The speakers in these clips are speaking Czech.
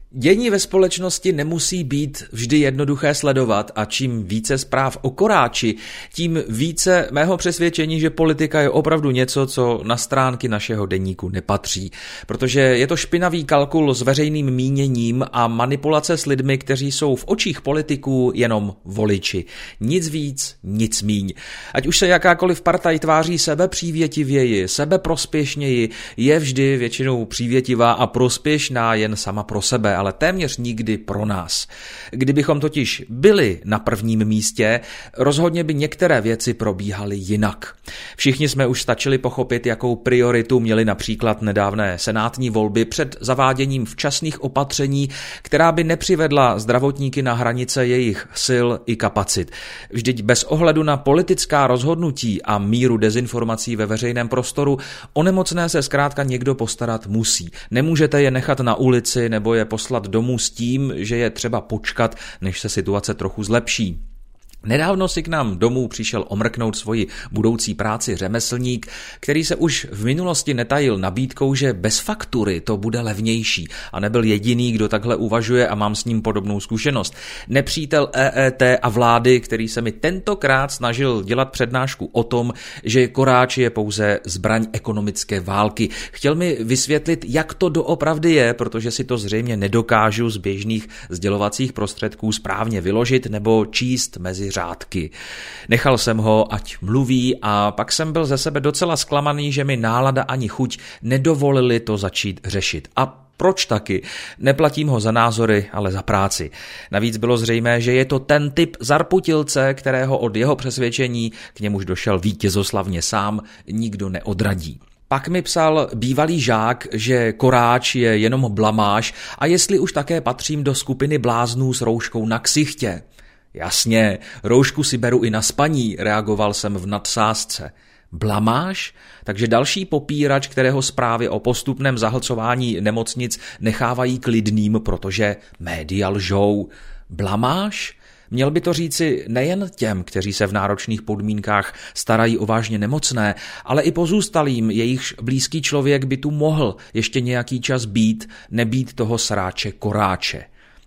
Dění ve společnosti nemusí být vždy jednoduché sledovat a čím více zpráv o Koráči, tím více mého přesvědčení, že politika je opravdu něco, co na stránky našeho deníku nepatří. Protože je to špinavý kalkul s veřejným míněním a manipulace s lidmi, kteří jsou v očích politiků jenom voliči. Nic víc, nic míň. Ať už se jakákoliv partaj tváří sebepřívětivěji, sebeprospěšněji, je vždy většinou přívětivá a prospěšná jen sama pro sebe, ale téměř nikdy pro nás. Kdybychom totiž byli na prvním místě, rozhodně by některé věci probíhaly jinak. Všichni jsme už stačili pochopit, jakou prioritu měly například nedávné senátní volby před zaváděním včasných opatření, která by nepřivedla zdravotníky na hranice jejich sil i kapacit. Vždyť bez ohledu na politická rozhodnutí a míru dezinformací ve veřejném prostoru o nemocné se zkrátka někdo postarat musí. Nemůžete je nechat na ulici nebo je poslat domů s tím, že je třeba počkat, než se situace trochu zlepší. Nedávno si k nám domů přišel omrknout svoji budoucí práci řemeslník, který se už v minulosti netajil nabídkou, že bez faktury to bude levnější a nebyl jediný, kdo takhle uvažuje a mám s ním podobnou zkušenost. Nepřítel EET a vlády, který se mi tentokrát snažil dělat přednášku o tom, že Koráč je pouze zbraň ekonomické války. Chtěl mi vysvětlit, jak to doopravdy je, protože si to zřejmě nedokážu z běžných sdělovacích prostředků správně vyložit nebo číst mezi řádky. Nechal jsem ho, ať mluví, a pak jsem byl ze sebe docela zklamaný, že mi nálada ani chuť nedovolili to začít řešit. A proč taky? Neplatím ho za názory, ale za práci. Navíc bylo zřejmé, že je to ten typ zarputilce, kterého od jeho přesvědčení, k němuž došel vítězoslavně sám, nikdo neodradí. Pak mi psal bývalý žák, že Koráč je jenom blamáž a jestli už také patřím do skupiny bláznů s rouškou na ksichtě. Jasně, roušku si beru i na spaní, reagoval jsem v nadsázce. Blamáž? Takže další popírač, kterého zprávy o postupném zahlcování nemocnic nechávají klidným, protože média lžou. Blamáž? Měl by to říci nejen těm, kteří se v náročných podmínkách starají o vážně nemocné, ale i pozůstalým, jejichž blízký člověk by tu mohl ještě nějaký čas být, nebýt toho sráče Koráče.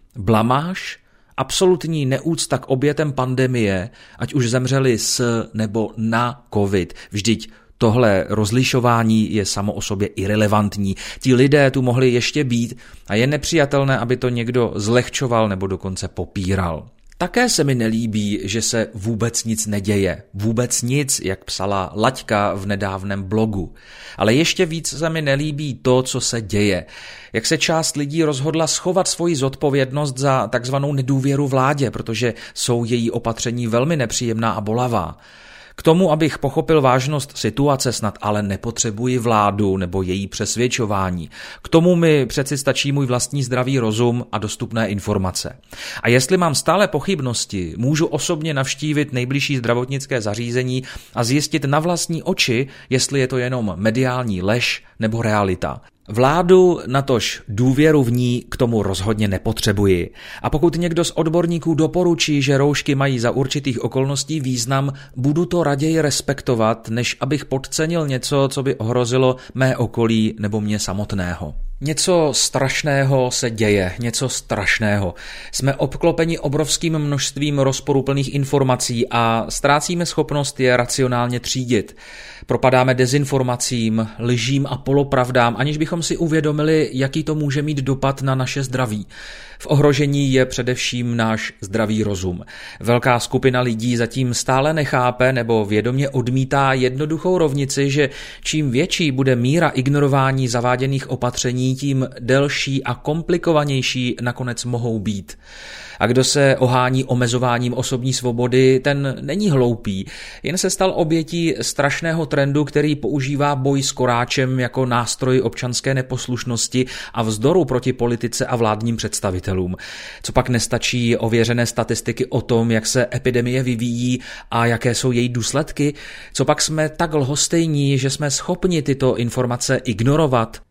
Blamáž? Absolutní neúcta k obětem pandemie, ať už zemřeli s nebo na covid. Vždyť tohle rozlišování je samo o sobě irelevantní. Ti lidé tu mohli ještě být a je nepřijatelné, aby to někdo zlehčoval nebo dokonce popíral. Také se mi nelíbí, že se vůbec nic neděje. Vůbec nic, jak psala Laďka v nedávném blogu. Ale ještě víc se mi nelíbí to, co se děje. Jak se část lidí rozhodla schovat svoji zodpovědnost za takzvanou nedůvěru vládě, protože jsou její opatření velmi nepříjemná a bolavá. K tomu, abych pochopil vážnost situace, snad ale nepotřebuji vládu nebo její přesvědčování. K tomu mi přeci stačí můj vlastní zdravý rozum a dostupné informace. A jestli mám stále pochybnosti, můžu osobně navštívit nejbližší zdravotnické zařízení a zjistit na vlastní oči, jestli je to jenom mediální lež nebo realita. Vládu, natož důvěru v ní, k tomu rozhodně nepotřebuji. A pokud někdo z odborníků doporučí, že roušky mají za určitých okolností význam, budu to raději respektovat, než abych podcenil něco, co by ohrozilo mé okolí nebo mě samotného. Něco strašného se děje, něco strašného. Jsme obklopeni obrovským množstvím rozporuplných informací a ztrácíme schopnost je racionálně třídit. Propadáme dezinformacím, lžím a polopravdám, aniž bychom si uvědomili, jaký to může mít dopad na naše zdraví. V ohrožení je především náš zdravý rozum. Velká skupina lidí zatím stále nechápe nebo vědomě odmítá jednoduchou rovnici, že čím větší bude míra ignorování zaváděných opatření, tím delší a komplikovanější nakonec mohou být. A kdo se ohání omezováním osobní svobody, ten není hloupý, jen se stal obětí strašného trendu, který používá boj s Koráčem jako nástroj občanské neposlušnosti a vzdoru proti politice a vládním představitelům. Co pak nestačí ověřené statistiky o tom, jak se epidemie vyvíjí a jaké jsou její důsledky? Co pak jsme tak lhostejní, že jsme schopni tyto informace ignorovat?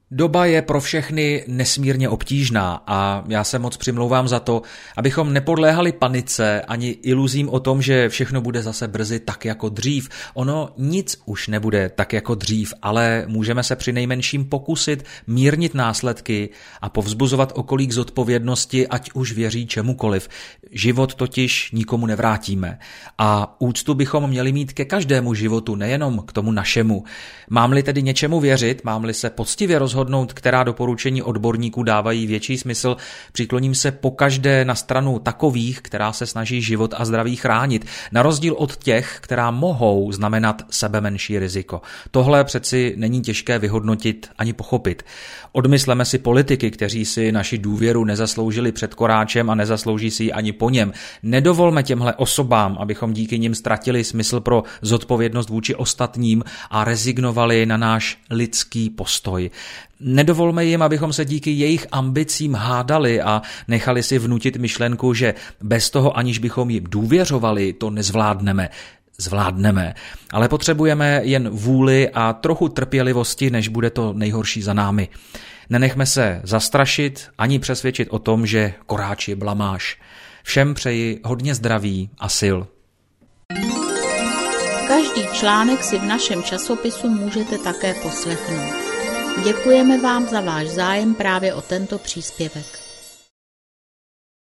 Doba je pro všechny nesmírně obtížná a já se moc přimlouvám za to, abychom nepodléhali panice ani iluzím o tom, že všechno bude zase brzy tak jako dřív. Ono nic už nebude tak jako dřív, ale můžeme se přinejmenším pokusit mírnit následky a povzbuzovat okolí k zodpovědnosti, ať už věří čemukoliv. Život totiž nikomu nevrátíme a úctu bychom měli mít ke každému životu, nejenom k tomu našemu. Mám-li tedy něčemu věřit, mám-li se poctivě rozhodnout, která doporučení odborníků dávají větší smysl, přikloním se pokaždé na stranu takových, která se snaží život a zdraví chránit, na rozdíl od těch, která mohou znamenat sebemenší riziko. Tohle přeci není těžké vyhodnotit ani pochopit. Odmysleme si politiky, kteří si naši důvěru nezasloužili před koráčem a nezaslouží si ji ani po něm. Nedovolme těmhle osobám, abychom díky nim ztratili smysl pro zodpovědnost vůči ostatním a rezignovali na náš lidský postoj. Nedovolme jim, abychom se díky jejich ambicím hádali a nechali si vnutit myšlenku, že bez toho, aniž bychom jim důvěřovali, to nezvládneme. Zvládneme, ale potřebujeme jen vůli a trochu trpělivosti, než bude to nejhorší za námi. Nenechme se zastrašit ani přesvědčit o tom, že koráč je blamáž. Všem přeji hodně zdraví a sil. Každý článek si v našem časopisu můžete také poslechnout. Děkujeme vám za váš zájem právě o tento příspěvek.